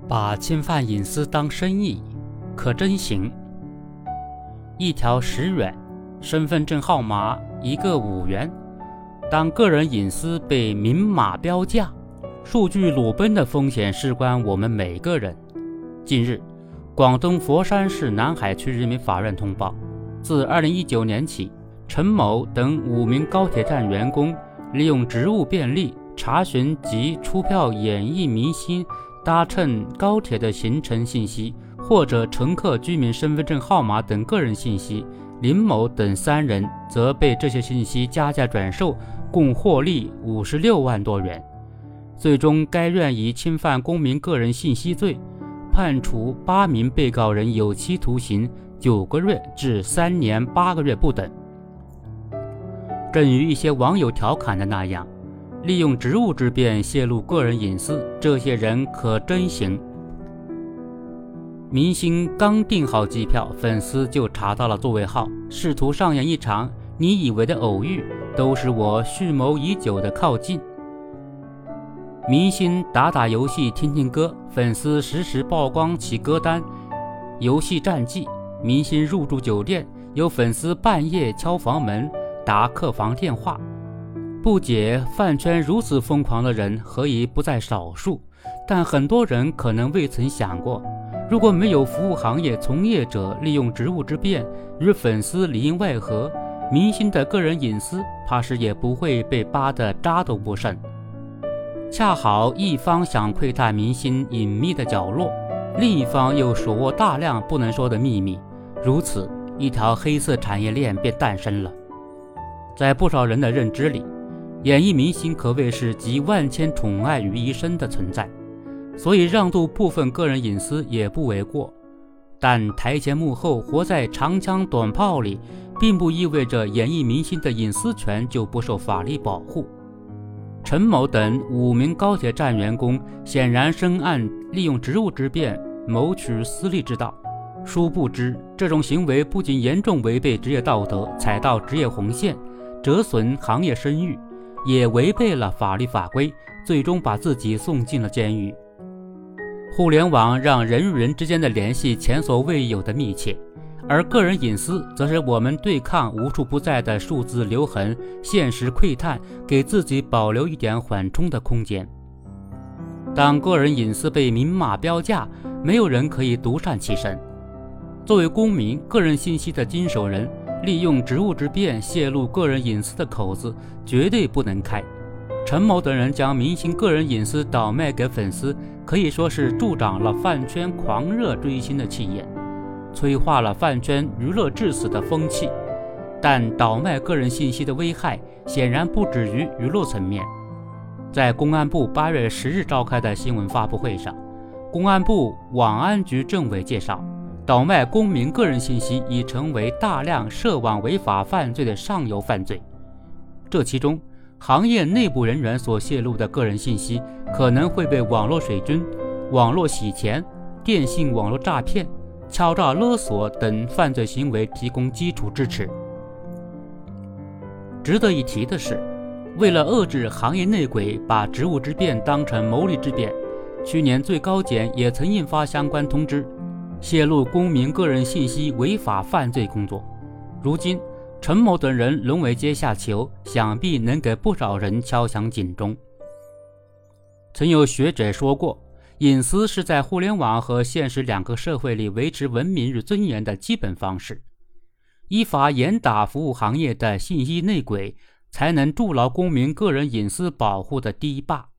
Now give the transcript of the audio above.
把侵犯隐私当生意，可真行。一条10元，身份证号码一个5元。当个人隐私被明码标价，数据裸奔的风险事关我们每个人。近日，广东佛山市南海区人民法院通报，自2019年起，陈某等5名高铁站员工利用职务便利查询及出票演艺明星搭乘高铁的行程信息，或者乘客居民身份证号码等个人信息。林某等3人则被这些信息加价转售，共获利56万多元。最终，该院以侵犯公民个人信息罪，判处8名被告人有期徒刑9个月至3年8个月不等。正如一些网友调侃的那样，利用职务之便泄露个人隐私，这些人可真行。明星刚订好机票，粉丝就查到了座位号，试图上演一场你以为的偶遇，都是我蓄谋已久的靠近。明星打游戏听听歌，粉丝实时曝光其歌单、游戏战绩。明星入住酒店，有粉丝半夜敲房门、打客房电话。不解饭圈如此疯狂的人何以不在少数，但很多人可能未曾想过，如果没有服务行业从业者利用职务之便与粉丝里应外合，明星的个人隐私怕是也不会被扒得渣都不剩。恰好一方想窥探明星隐秘的角落，另一方又手握大量不能说的秘密，如此一条黑色产业链便诞生了。在不少人的认知里，演艺明星可谓是集万千宠爱于一身的存在，所以让渡部分个人隐私也不为过。但台前幕后活在长枪短炮里，并不意味着演艺明星的隐私权就不受法律保护。陈某等5名高铁站员工显然深谙利用职务之便谋取私利之道，殊不知这种行为不仅严重违背职业道德，踩到职业红线，折损行业声誉，也违背了法律法规，最终把自己送进了监狱。互联网让人与人之间的联系前所未有的密切，而个人隐私则是我们对抗无处不在的数字留痕、现实窥探，给自己保留一点缓冲的空间。当个人隐私被明码标价，没有人可以独善其身。作为公民、个人信息的经手人，利用职务之便泄露个人隐私的口子绝对不能开。陈某等人将明星个人隐私倒卖给粉丝，可以说是助长了饭圈狂热追星的气焰，催化了饭圈娱乐至死的风气。但倒卖个人信息的危害显然不止于娱乐层面。在公安部8月10日召开的新闻发布会上，公安部网安局政委介绍，倒卖公民个人信息已成为大量涉网违法犯罪的上游犯罪。这其中，行业内部人员所泄露的个人信息可能会被网络水军、网络洗钱、电信网络诈骗、敲诈勒索等犯罪行为提供基础支持。值得一提的是，为了遏制行业内鬼把职务之便当成牟利之便，去年最高检也曾印发相关通知，泄露公民个人信息违法犯罪工作。如今陈某等人沦为阶下囚，想必能给不少人敲响警钟。曾有学者说过，隐私是在互联网和现实2个社会里维持文明与尊严的基本方式。依法严打服务行业的信息内鬼，才能筑牢公民个人隐私保护的第一坝。